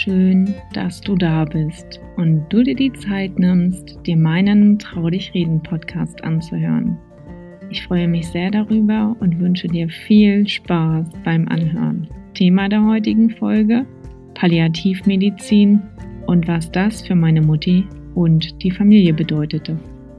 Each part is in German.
schön, dass du da bist und du dir die Zeit nimmst, dir meinen Trau dich reden Podcast anzuhören. Ich freue mich sehr darüber und wünsche dir viel Spaß beim Anhören. Thema der heutigen Folge: Palliativmedizin und was das für meine Mutti und die Familie bedeutete.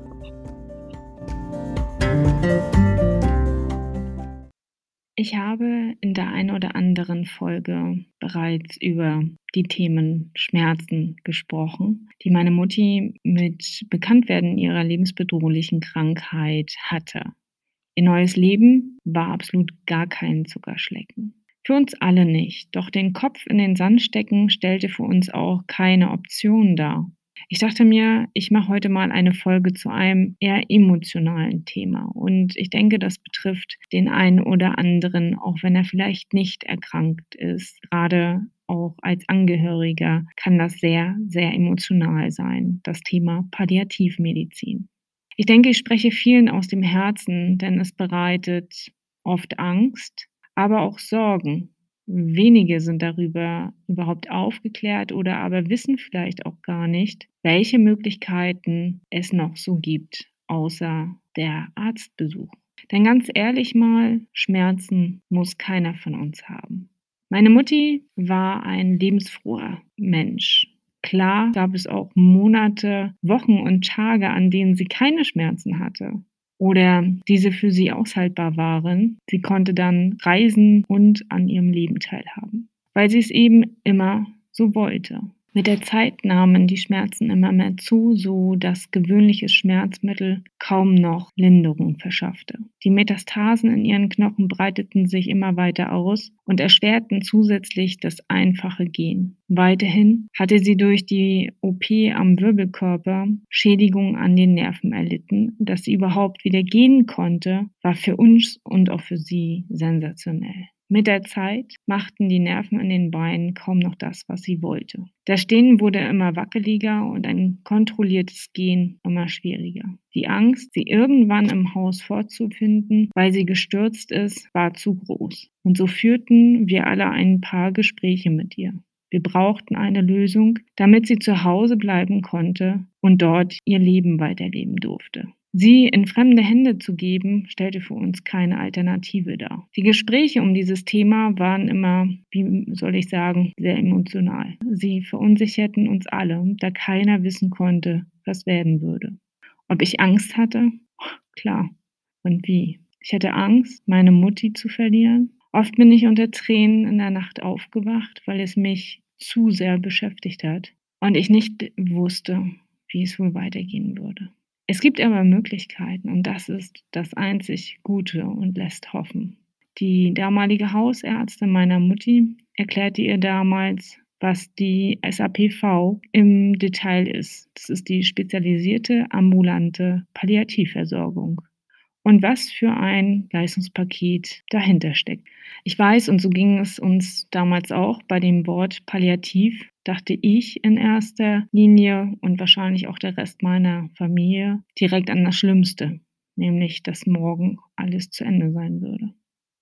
Ich habe in der einen oder anderen Folge bereits über die Themen Schmerzen gesprochen, die meine Mutti mit Bekanntwerden ihrer lebensbedrohlichen Krankheit hatte. Ihr neues Leben war absolut gar kein Zuckerschlecken. Für uns alle nicht, doch den Kopf in den Sand stecken stellte für uns auch keine Option dar. Ich dachte mir, ich mache heute mal eine Folge zu einem eher emotionalen Thema und ich denke, das betrifft den einen oder anderen, auch wenn er vielleicht nicht erkrankt ist. Gerade auch als Angehöriger kann das sehr, sehr emotional sein, das Thema Palliativmedizin. Ich denke, ich spreche vielen aus dem Herzen, denn es bereitet oft Angst, aber auch Sorgen. Wenige sind darüber überhaupt aufgeklärt oder aber wissen vielleicht auch gar nicht, welche Möglichkeiten es noch so gibt, außer der Arztbesuch. Denn ganz ehrlich mal, Schmerzen muss keiner von uns haben. Meine Mutti war ein lebensfroher Mensch. Klar gab es auch Monate, Wochen und Tage, an denen sie keine Schmerzen hatte oder diese für sie aushaltbar waren. Sie konnte dann reisen und an ihrem Leben teilhaben, weil sie es eben immer so wollte. Mit der Zeit nahmen die Schmerzen immer mehr zu, so dass gewöhnliches Schmerzmittel kaum noch Linderung verschaffte. Die Metastasen in ihren Knochen breiteten sich immer weiter aus und erschwerten zusätzlich das einfache Gehen. Weiterhin hatte sie durch die OP am Wirbelkörper Schädigungen an den Nerven erlitten. Dass sie überhaupt wieder gehen konnte, war für uns und auch für sie sensationell. Mit der Zeit machten die Nerven in den Beinen kaum noch das, was sie wollte. Das Stehen wurde immer wackeliger und ein kontrolliertes Gehen immer schwieriger. Die Angst, sie irgendwann im Haus vorzufinden, weil sie gestürzt ist, war zu groß. Und so führten wir alle ein paar Gespräche mit ihr. Wir brauchten eine Lösung, damit sie zu Hause bleiben konnte und dort ihr Leben weiterleben durfte. Sie in fremde Hände zu geben, stellte für uns keine Alternative dar. Die Gespräche um dieses Thema waren immer, wie soll ich sagen, sehr emotional. Sie verunsicherten uns alle, da keiner wissen konnte, was werden würde. Ob ich Angst hatte? Klar. Und wie? Ich hatte Angst, meine Mutti zu verlieren. Oft bin ich unter Tränen in der Nacht aufgewacht, weil es mich zu sehr beschäftigt hat und ich nicht wusste, wie es wohl weitergehen würde. Es gibt aber Möglichkeiten und das ist das einzig Gute und lässt hoffen. Die damalige Hausärztin meiner Mutti erklärte ihr damals, was die SAPV im Detail ist. Das ist die spezialisierte ambulante Palliativversorgung. Und was für ein Leistungspaket dahinter steckt. Ich weiß, und so ging es uns damals auch, bei dem Wort Palliativ dachte ich in erster Linie und wahrscheinlich auch der Rest meiner Familie direkt an das Schlimmste, nämlich dass morgen alles zu Ende sein würde.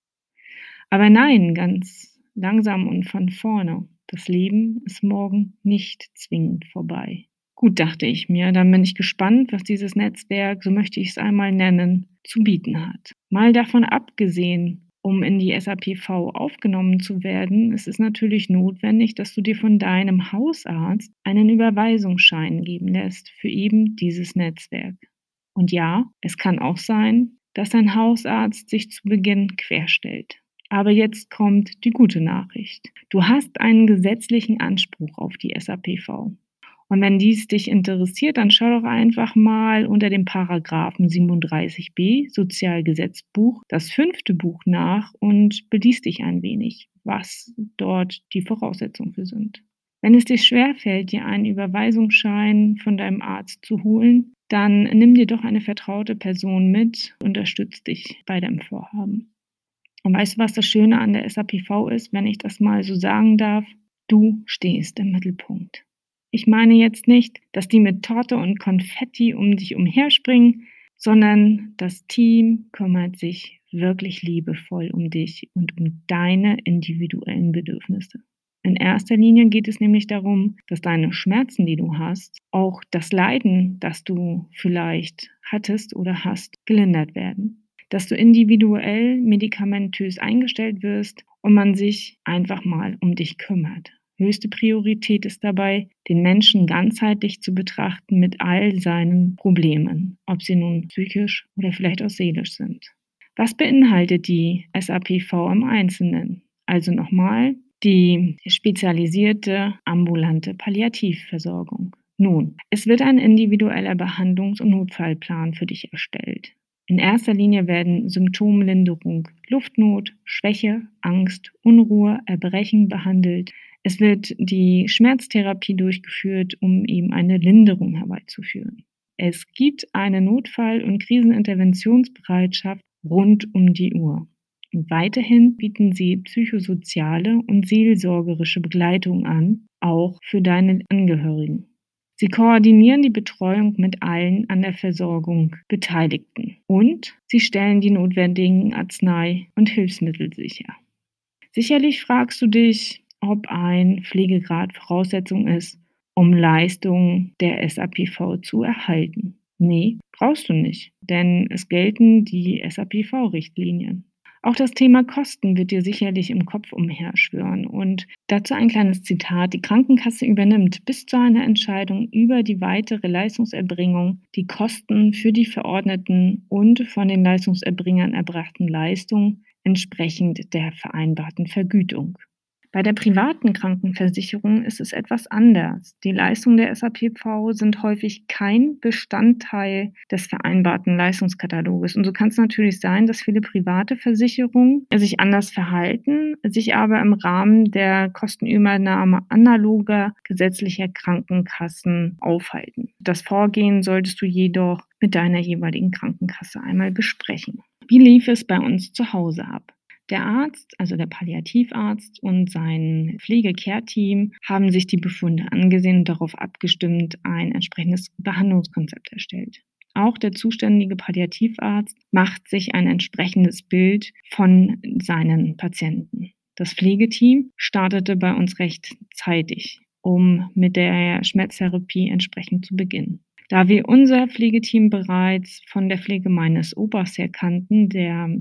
Aber nein, ganz langsam und von vorne. Das Leben ist morgen nicht zwingend vorbei. Gut, dachte ich mir, dann bin ich gespannt, was dieses Netzwerk, so möchte ich es einmal nennen, zu bieten hat. Mal davon abgesehen, um in die SAPV aufgenommen zu werden, ist es natürlich notwendig, dass du dir von deinem Hausarzt einen Überweisungsschein geben lässt für eben dieses Netzwerk. Und ja, es kann auch sein, dass dein Hausarzt sich zu Beginn querstellt. Aber jetzt kommt die gute Nachricht. Du hast einen gesetzlichen Anspruch auf die SAPV. Und wenn dies dich interessiert, dann schau doch einfach mal unter dem Paragraphen 37b Sozialgesetzbuch, das 5. Buch nach und belies dich ein wenig, was dort die Voraussetzungen für sind. Wenn es dir schwerfällt, dir einen Überweisungsschein von deinem Arzt zu holen, dann nimm dir doch eine vertraute Person mit, unterstützt dich bei deinem Vorhaben. Und weißt du, was das Schöne an der SAPV ist, wenn ich das mal so sagen darf? Du stehst im Mittelpunkt. Ich meine jetzt nicht, dass die mit Torte und Konfetti um dich umherspringen, sondern das Team kümmert sich wirklich liebevoll um dich und um deine individuellen Bedürfnisse. In erster Linie geht es nämlich darum, dass deine Schmerzen, die du hast, auch das Leiden, das du vielleicht hattest oder hast, gelindert werden. Dass du individuell medikamentös eingestellt wirst und man sich einfach mal um dich kümmert. Höchste Priorität ist dabei, den Menschen ganzheitlich zu betrachten mit all seinen Problemen, ob sie nun psychisch oder vielleicht auch seelisch sind. Was beinhaltet die SAPV im Einzelnen? Also nochmal, die spezialisierte ambulante Palliativversorgung. Nun, es wird ein individueller Behandlungs- und Notfallplan für dich erstellt. In erster Linie werden Symptomlinderung, Luftnot, Schwäche, Angst, Unruhe, Erbrechen behandelt. Es wird die Schmerztherapie durchgeführt, um eben eine Linderung herbeizuführen. Es gibt eine Notfall- und Kriseninterventionsbereitschaft rund um die Uhr. Und weiterhin bieten sie psychosoziale und seelsorgerische Begleitung an, auch für deine Angehörigen. Sie koordinieren die Betreuung mit allen an der Versorgung Beteiligten und sie stellen die notwendigen Arznei- und Hilfsmittel sicher. Sicherlich fragst du dich, ob ein Pflegegrad Voraussetzung ist, um Leistungen der SAPV zu erhalten. Nee, brauchst du nicht, denn es gelten die SAPV-Richtlinien. Auch das Thema Kosten wird dir sicherlich im Kopf umherschwirren. Und dazu ein kleines Zitat. Die Krankenkasse übernimmt bis zu einer Entscheidung über die weitere Leistungserbringung die Kosten für die verordneten und von den Leistungserbringern erbrachten Leistungen entsprechend der vereinbarten Vergütung. Bei der privaten Krankenversicherung ist es etwas anders. Die Leistungen der SAPV sind häufig kein Bestandteil des vereinbarten Leistungskataloges. Und so kann es natürlich sein, dass viele private Versicherungen sich anders verhalten, sich aber im Rahmen der Kostenübernahme analoger gesetzlicher Krankenkassen aufhalten. Das Vorgehen solltest du jedoch mit deiner jeweiligen Krankenkasse einmal besprechen. Wie lief es bei uns zu Hause ab? Der Arzt, also der Palliativarzt und sein Pflege-Care-Team haben sich die Befunde angesehen und darauf abgestimmt ein entsprechendes Behandlungskonzept erstellt. Auch der zuständige Palliativarzt macht sich ein entsprechendes Bild von seinen Patienten. Das Pflegeteam startete bei uns recht zeitig, um mit der Schmerztherapie entsprechend zu beginnen. Da wir unser Pflegeteam bereits von der Pflege meines Opas her kannten, der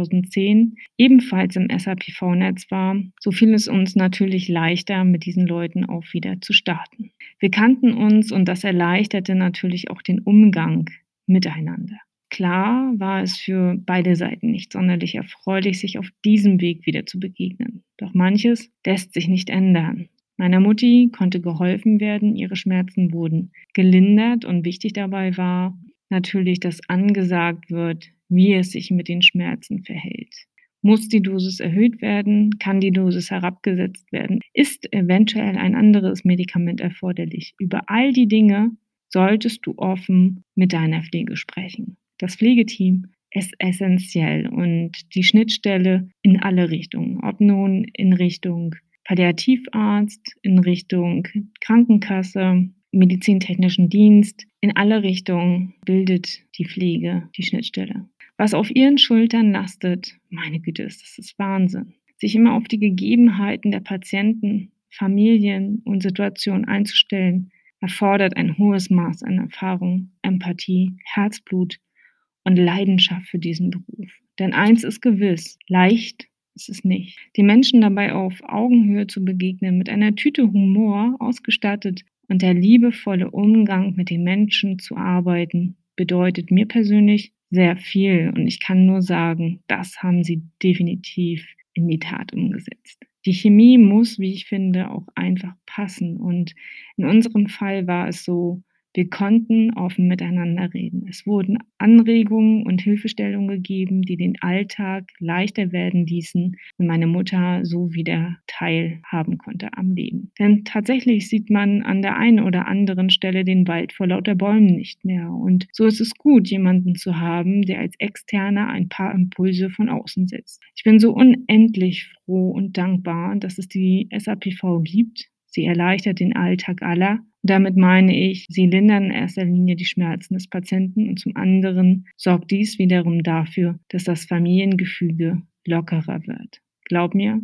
2010 ebenfalls im SAPV-Netz war, so fiel es uns natürlich leichter, mit diesen Leuten auch wieder zu starten. Wir kannten uns und das erleichterte natürlich auch den Umgang miteinander. Klar war es für beide Seiten nicht sonderlich erfreulich, sich auf diesem Weg wieder zu begegnen. Doch manches lässt sich nicht ändern. Meiner Mutti konnte geholfen werden, ihre Schmerzen wurden gelindert und wichtig dabei war natürlich, dass angesagt wird, wie es sich mit den Schmerzen verhält. Muss die Dosis erhöht werden? Kann die Dosis herabgesetzt werden? Ist eventuell ein anderes Medikament erforderlich? Über all die Dinge solltest du offen mit deiner Pflege sprechen. Das Pflegeteam ist essentiell und die Schnittstelle in alle Richtungen, ob nun in Richtung Palliativarzt, in Richtung Krankenkasse, medizintechnischen Dienst, in alle Richtungen bildet die Pflege die Schnittstelle. Was auf ihren Schultern lastet, meine Güte, das ist Wahnsinn. Sich immer auf die Gegebenheiten der Patienten, Familien und Situationen einzustellen, erfordert ein hohes Maß an Erfahrung, Empathie, Herzblut und Leidenschaft für diesen Beruf. Denn eins ist gewiss, leicht ist es nicht. Den Menschen dabei auf Augenhöhe zu begegnen, mit einer Tüte Humor ausgestattet und der liebevolle Umgang mit den Menschen zu arbeiten, bedeutet mir persönlich sehr viel. Und ich kann nur sagen, das haben sie definitiv in die Tat umgesetzt. Die Chemie muss, wie ich finde, auch einfach passen. Und in unserem Fall war es so, wir konnten offen miteinander reden. Es wurden Anregungen und Hilfestellungen gegeben, die den Alltag leichter werden ließen und meine Mutter so wieder teilhaben konnte am Leben. Denn tatsächlich sieht man an der einen oder anderen Stelle den Wald vor lauter Bäumen nicht mehr. Und so ist es gut, jemanden zu haben, der als Externer ein paar Impulse von außen setzt. Ich bin so unendlich froh und dankbar, dass es die SAPV gibt. Sie erleichtert den Alltag aller. Damit meine ich, sie lindern in erster Linie die Schmerzen des Patienten und zum anderen sorgt dies wiederum dafür, dass das Familiengefüge lockerer wird. Glaub mir,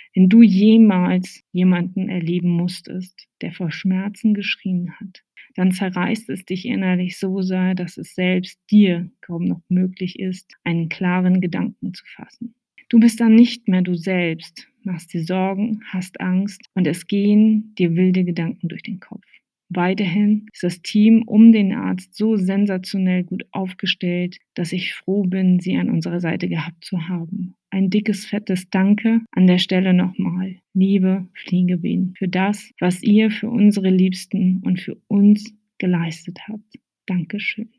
Wenn du jemals jemanden erleben musstest, der vor Schmerzen geschrien hat, dann zerreißt es dich innerlich so sehr, dass es selbst dir kaum noch möglich ist, einen klaren Gedanken zu fassen. Du bist dann nicht mehr du selbst, machst dir Sorgen, hast Angst und es gehen dir wilde Gedanken durch den Kopf. Weiterhin ist das Team um den Arzt so sensationell gut aufgestellt, dass ich froh bin, sie an unserer Seite gehabt zu haben. Ein dickes, fettes Danke an der Stelle nochmal, liebe Fliegewehen, für das, was ihr für unsere Liebsten und für uns geleistet habt. Dankeschön.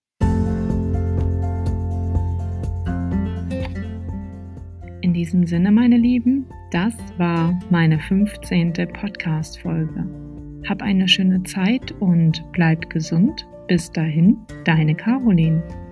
In diesem Sinne, meine Lieben, das war meine 15. Podcast-Folge. Hab eine schöne Zeit und bleib gesund. Bis dahin, deine Caroline.